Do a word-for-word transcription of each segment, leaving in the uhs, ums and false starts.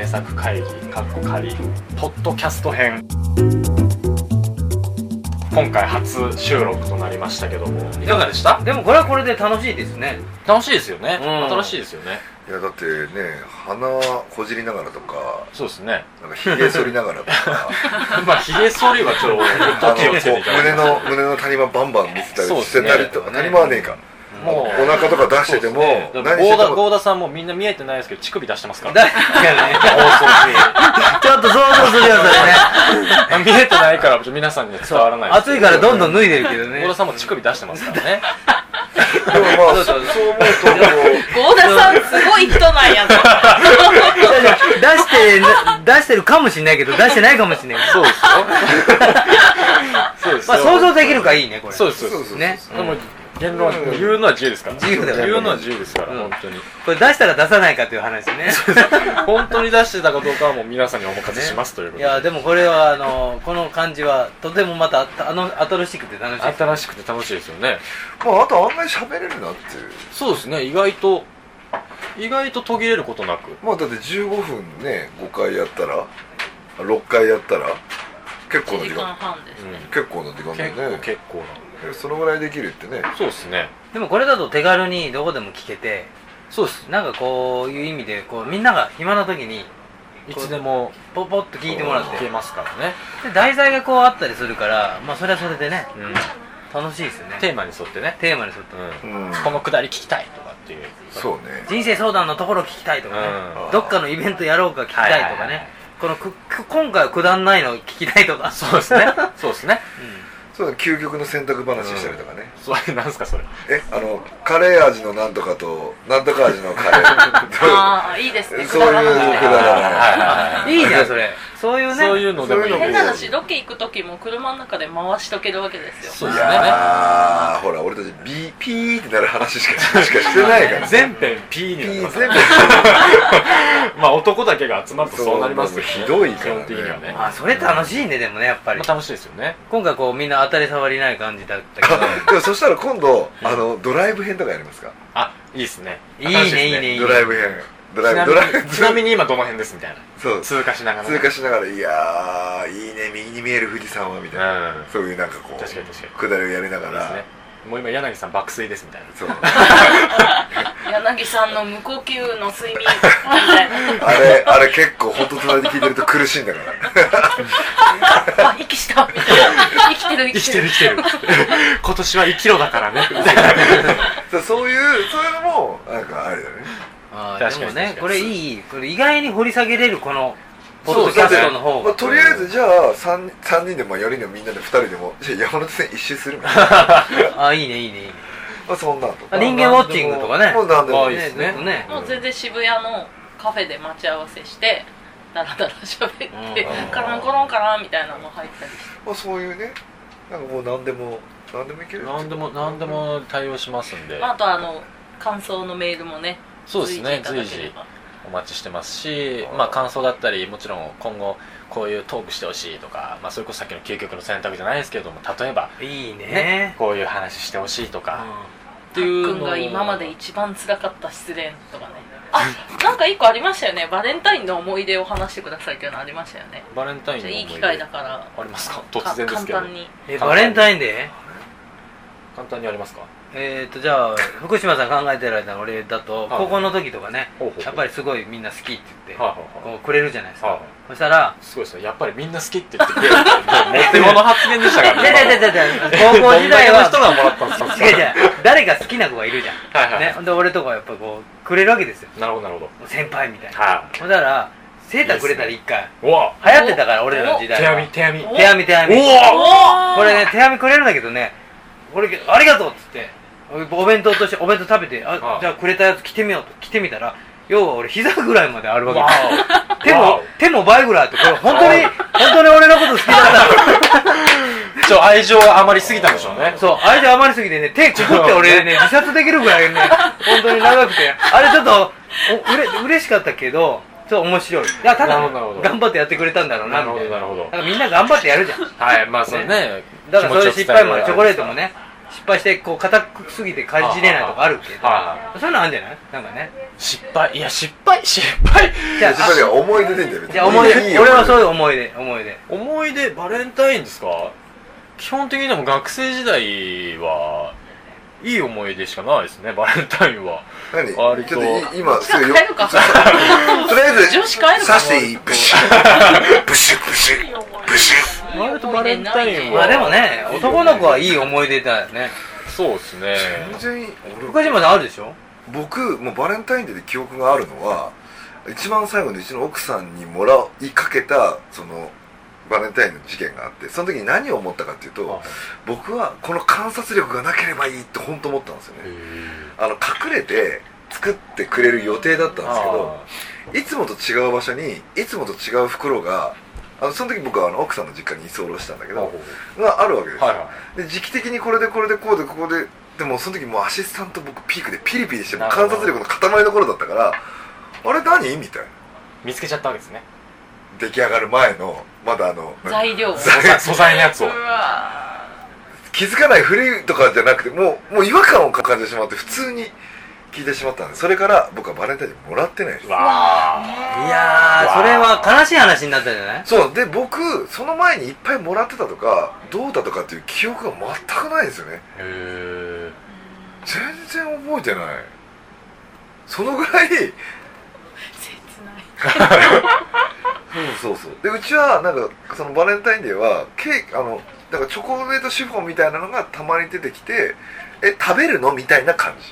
作会議かっこ仮ポッドキャスト編、今回初収録となりましたけども、いかがでした？ でもこれはこれで楽しいですね。 楽しいですよね、 うん、 新しいですよね。 いやだってね、鼻こじりながらとか、 そうですね、 なんかひげ剃りながらとかまあひげ剃りはちょっと気をつけていただき胸ますの胸の谷間バンバン見せたりしてたりとか、 ね、 谷間はねえか、 もうお腹とか出してても、 ね、 何してても郷田さんもみんな見えてないですけど乳首出してますからだねちょっと想像するよそれね見えてないから皆さんには伝わらないです。 暑いからどんどん脱いでるけどね。 郷田さんも乳首出してますからねでもまあそう思うと郷田さんすごい人なんやぞ出して出してるかもしれないけど出してないかもしれない。 そうですよそうですよ、 まあ想像できるからいいねこれ。 そうですそうですね。 でも言論言うのは自由ですから、 自由だよ言うのは自由ですから、本当にこれ出したら出さないかという話ね。 本当に出してたかどうかはもう皆さんにお任せしますということで、 いやでもこれはあのこの感じはとてもまたあの新しくて楽しい。 新しくて楽しいですよね。 まああと案外喋れるなっていう。 そうですね、意外と意外と途切れることなく、 まあだってじゅうごふんねごかいやったらろっかいやったら結構いちじかんな時間、 はんですね、 結構な時間だ結構よね。 結構な、 そのぐらいできるってね。 そうですね。 でもこれだと手軽にどこでも聞けて、 そうです、 なんかこういう意味でこうみんなが暇な時にいつでもポポッと聞いてもらって聞けますからね。 で題材がこうあったりするから、まあそれはそれでね、 うん、 楽しいですよね。 テーマに沿ってね、 テーマに沿って、 うんうん、 このくだり聞きたいとかっていう、 そうね。 人生相談のところ聞きたいとかね、 うん、 どっかのイベントやろうか聞きたいとかね、はいはいはい、このくく今回はくだんないの聞きたいとか。 そうですねそうですね、 そうだ、究極の選択話したりとかね、 うん、それなんですかそれ。 え、あのカレー味のなんとかとなんとか味のカレーああいいですね、 そういうくだらないいいじゃんそれ。そういうね、 そういうのでもいい。 変な話、ロケ行く時も車の中で回しとけるわけですよ。 そうですね。 いやーほら俺たちビピーってなる話しかしかしてないから全編 P になります全編まあ男だけが集まるとそうなりますよね。 ひどいからね、 基本的にはね。 まあそれ楽しいね。でもねやっぱり、 まあ、楽しいですよね。 今回こうみんな当たり障りない感じだったけどでもそしたら今度あのドライブ編とかやりますか。 あ、いいですね。 いいねいいねいいね。 ドライブ編、ドライブドライブちなみに今どの辺ですみたいな。 そう通過しながら、 通過しながら、いやーいいね右に見える富士山はみたいな、うん、そういうなんかこう確かに確かに下りをやりながらですね。もう今柳さん爆睡ですみたいな。 そう柳さんの無呼吸の睡眠みたいなあれあれ結構本当隣で聞いてると苦しいんだからあ、息したみたいな。生きてる生きてる生きてる今年は生きろだからねそういうそういうのもなんかあれだよね。 あ確かにでもねこれいい、これ意外に掘り下げれるこのポッドキャストの方が、 まあ、とりあえずじゃあ 3, 3人でもよにんでもみんなでふたりでもじゃあ山手線一周するみたいなあいいねいいねいいね。 まあそんなんとか人間ウォッチングとかね。 もうなんでもいいですね。 ねもう全然渋谷のカフェで待ち合わせしてダラダラ喋って、うん、カランコロンカランみたいなの入ったりして、 まあ、そういうねなんかもう何でも何でもいける何でも何でも対応しますんで、 まあ、あとあの感想のメールもね、 そうですね、随時お待ちしてますし、まあ感想だったり、もちろん今後こういうトークしてほしいとか、まあそれこそさっきの究極の選択じゃないですけれども、例えばいいね、 ね、こういう話してほしいとか、 うん、っていうのが今まで一番辛かった失恋とかね。あ、なんか一個ありましたよね。バレンタインの思い出を話してくださいっていうのありましたよね。 バレンタインの思い出いい機会だからありますか。突然ですけど簡単に。 えバレンタインデー簡単にありますか。 えーとじゃあ福島さん考えてる間の俺だと高校の時とかね、 ほうほうほう、 やっぱりすごいみんな好きって言って、 はあはあ、 こうくれるじゃないですか、 はあ、 そしたらすごいですよ、やっぱりみんな好きって言ってくれるって持って物発言でしたからね。 いやいやいやいや高校時代は人がもらったんですか。 違う違う誰か好きな子がいるじゃん、 はいはい、 ね、で俺とかやっぱこうくれるわけですよ。 なるほどなるほど。 先輩みたいな、 はい、 ほんだらセーターくれたら一回うわ流行ってたから俺らの時代は手編み手編み手編み手編みおおこれね手編みくれるんだけどね、これありがとうっつってお弁当としてお弁当食べて、ああじゃあくれたやつ着てみようと着てみたら、要は俺膝ぐらいまであるわけです手も手も倍ぐらいあって、これ本当に本当に俺のこと好きだったちょ愛情が余りすぎたんでしょうね。 そう愛情余りすぎてね、手くくって俺ね自殺できるぐらいね本当に長くて、あれちょっとおうれ嬉しかったけどちょっと面白い。いやただ頑張ってやってくれたんだろうなみたいな。 なるほどなるほど。 だからみんな頑張ってやるじゃん。 はい、まあそれね、 だからそういう失敗もチョコレートもね、失失敗してこう硬すぎてかじれないとかあるけど、そういうのあるんじゃない？なんかね、 失敗、いや失敗失敗じゃあ失敗では思い出でいいんだよ。 じゃあ思い出、俺はそういう思い出思い出思い出バレンタインですか？基本的にでも学生時代はいい思い出しかないですね、バレンタインは。 何割とちょっと今すぐよ帰るかとりあえず女子帰るか刺していい？ブシュブシュブシュブシュ。 割とバレンタインはまあでもね、男の子はいい思い出だよね。 そうですね。 全然いい。 岡島さんあるでしょ？ 僕もうバレンタインデーで記憶があるのは、一番最後にうちの奥さんにもらいかけたそのバレンタインの事件があって、その時に何を思ったかっていうと、僕はこの観察力がなければいいって本当思ったんですよね。あの隠れて作ってくれる予定だったんですけど、いつもと違う場所にいつもと違う袋が、あのその時僕はあの奥さんの実家に居候したんだけどがあるわけですよ、 はいはで時期的にこれでこれでこうでここで、でもその時もうアシスタント僕ピークでピリピリしてもう観察力の塊の頃だったから、あれ何みたいな、 見つけちゃったわけですね、 出来上がる前のまだあの材料材素材のやつを。 うわ気づかないふりとかじゃなくて、もうもう違和感を感じてしまって普通に聞いてしまったんで、それから僕はバレンタインでもらってないです。 わいやー、それは悲しい話になったんじゃない？ そうで、僕その前にいっぱいもらってたとかどうだとかっていう記憶が全くないんですよね。 へえ。 全然覚えてない。そのぐらい切ないそうそうそう。でうちはなんかそのバレンタインデーはケーキ、あのなんかチョコレートシフォンみたいなのがたまに出てきて、え食べるのみたいな感じ。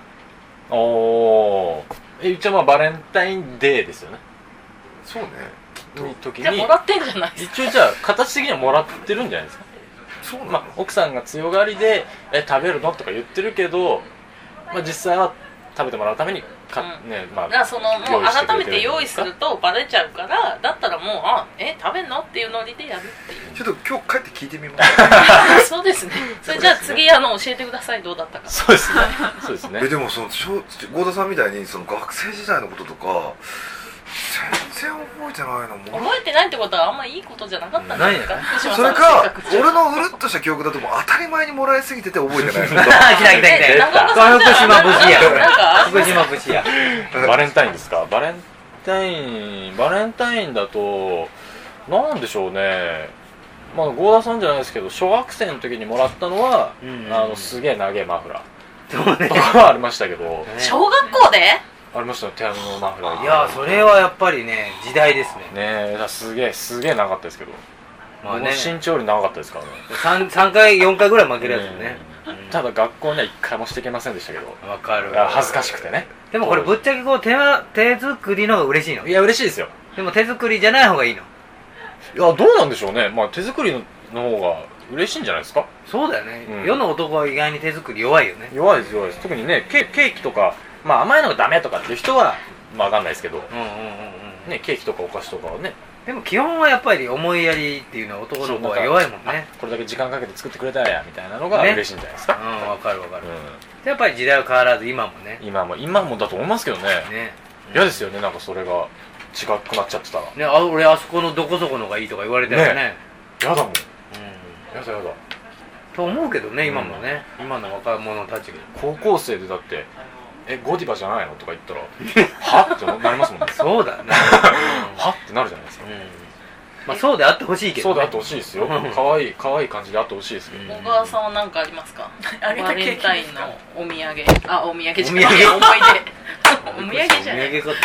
おー、え、うちはまあバレンタインデーですよね。 そうね。 という時じゃあにもらってんじゃないですか。 一応じゃあ形的にはもらってるんじゃないですか。 そうなの、 まあ奥さんが強がりでえ食べるのとか言ってるけど、まあ実際は食べてもらうためにか、 うんね、まあだからそのもう用意してくれてるんですか改めて用意するとバレちゃうから、だったらもうあえ食べんのっていうノリでやるっていう。 ちょっと今日帰って聞いてみますそうですね。それじゃあ次あの教えてください、どうだったか。 そうですね。そうですねえ。でもその小郷田さんみたいにその学生時代のこととか全然覚えてないのも覚えてないってことはあんまいいことじゃなかったんですか。福島それさんの性か格上俺のうるっとした記憶だともう当たり前にもらいすぎてて覚えてないの来た来た来えた中岡さんじゃあ福島節やなんか福島節やバレンタインですか。バレンタインバレンタインだとなんでしょうね。まあ郷田さんじゃないですけど、小学生の時にもらったのは、 うんあのすげえ長えマフラそうねーとかはありましたけど、 小学校でありましたね、手編みのマフラー。 いやー、それはやっぱりね時代ですね。 ねえ、だからすげえすげえ長かったですけど、 まあね、 僕の身長より長かったですからね。 3, 3回よんかいぐらい負けるやつよね。 うんただ学校にはいっかいもしてきませんでしたけど、 わかる。 あ恥ずかしくてね。 でもこれぶっちゃけこう手は手作りの方が嬉しいの。 いや嬉しいですよ。 でも手作りじゃない方がいいの。 いやどうなんでしょうね。まあ手作りのの方が嬉しいんじゃないですか。 そうだよね、 うん世の男は意外に手作り弱いよね。 弱いです弱いです。特にねケケーキとか、まあ甘いのがダメとかっていう人はまあわかんないですけど、 うんうんうんうん、 ねケーキとかお菓子とかはね、 でも基本はやっぱり思いやりっていうのは男の子は弱いもんね。 これだけ時間かけて作ってくれたらやみたいなのがね嬉しいんじゃないですか。 うん、わかるわかる、 うやっぱり時代は変わらず今もねん、今も今もだと思いますけどね。 ね嫌ですよね、なんかそれが違くなっちゃってたら。 ね、あ俺あそこのどこそこのがいいとか言われたよねねやだもん。 うんやだやだ。 と思うけどね今もね、今の若者たちが高校生でだってえゴディバじゃないのとか言ったらはってなりますもんね。 そうだねはってなるじゃないですか。 うん、まあそうであってほしいけど、ね、 そうであってほしいですよ。可愛い可愛い感じであってほしいですけど。 うん小川さんは何かありますか。 あげたバレンタインのお土産、あお土産じゃない、 お土産思い出お土産じゃない。 お土産か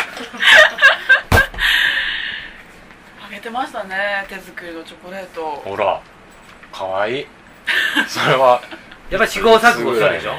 あげてましたね、手作りのチョコレート。 ほら可愛いそれはやっぱ試行錯誤するでしょ。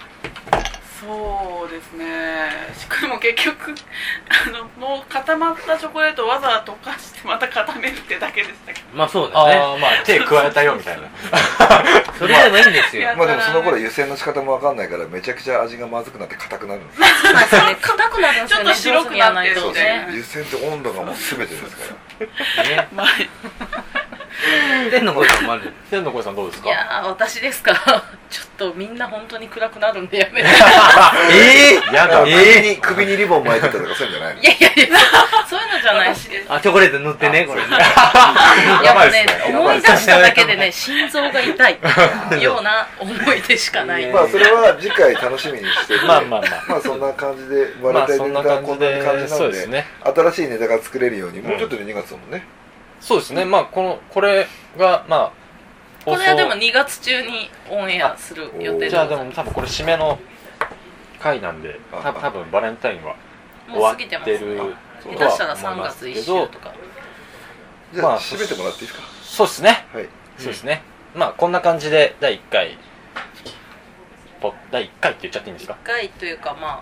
そうですね。しかも結局あのもう固まったチョコレートをわざわざ溶かしてまた固めるってだけでしたけど。 まあそうだね。 ああまあ手加えたよみたいなそれでもいいんですよ。 やまあでもその頃湯煎の仕方もわかんないからめちゃくちゃ味がまずくなって硬くなるんですそうなんですよね。硬くなるんですよね。 ちょっと白くなってる上手にやらないとそうね。 湯煎って温度がもう全てですからね。 まあ天の声さんもある。 天の声さんどうですか。 いやー私ですか。ちょっととみんな本当に暗くなるんでやめてえー、 やだ首に首にリボン巻いてたとかそういうんじゃないの？ いやいやいやそういうのじゃないしあ、チョコレート塗ってね、これね。 いやもうね思い出しただけでね心臓が痛いような思い出しかないまあそれは次回楽しみにしててまあまあまあまあそんな感じでバレンタインネタはこんな感じなんでそうですね新しいネタが作れるようにもうちょっとでにがつだもんね。 そうですねまあこのこれがまあこれはでもにがつ中にオンエアする予定でじゃあでも多分これ締めの回なんであた多分バレンタインは終もうわっ過ぎてますねてる下とは手したらさん思いまがついっ週すけどとかじゃまああ締めてもらっていいですか？ そうですねはい。 そうですねまあこんな感じでだいいっかいポだいいっかいって言っちゃっていいんですか？ いっかいというかまあ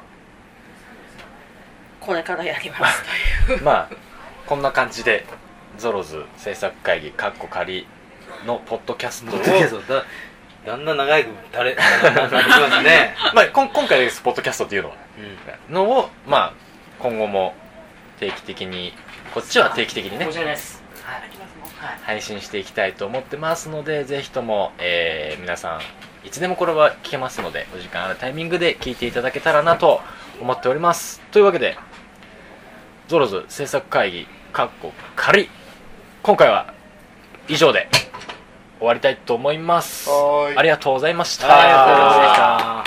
これからやりますというまあこんな感じでゾロズ制作会議カッコ仮のポッドキャストをだだんだん長い垂れなってきますね。 まあこん今回ですポッドキャストっていうのはうんのをまあ今後も定期的にこっちは定期的にね申し訳ないですはい配信していきたいと思ってますのでぜひとも、えー皆さんいつでもこれは聞けますのでお時間あるタイミングで聞いていただけたらなと思っておりますというわけでゾロズ制作会議カッコ仮今回は以上で終わりたいと思いますはーいありがとうございましたありがとうございました。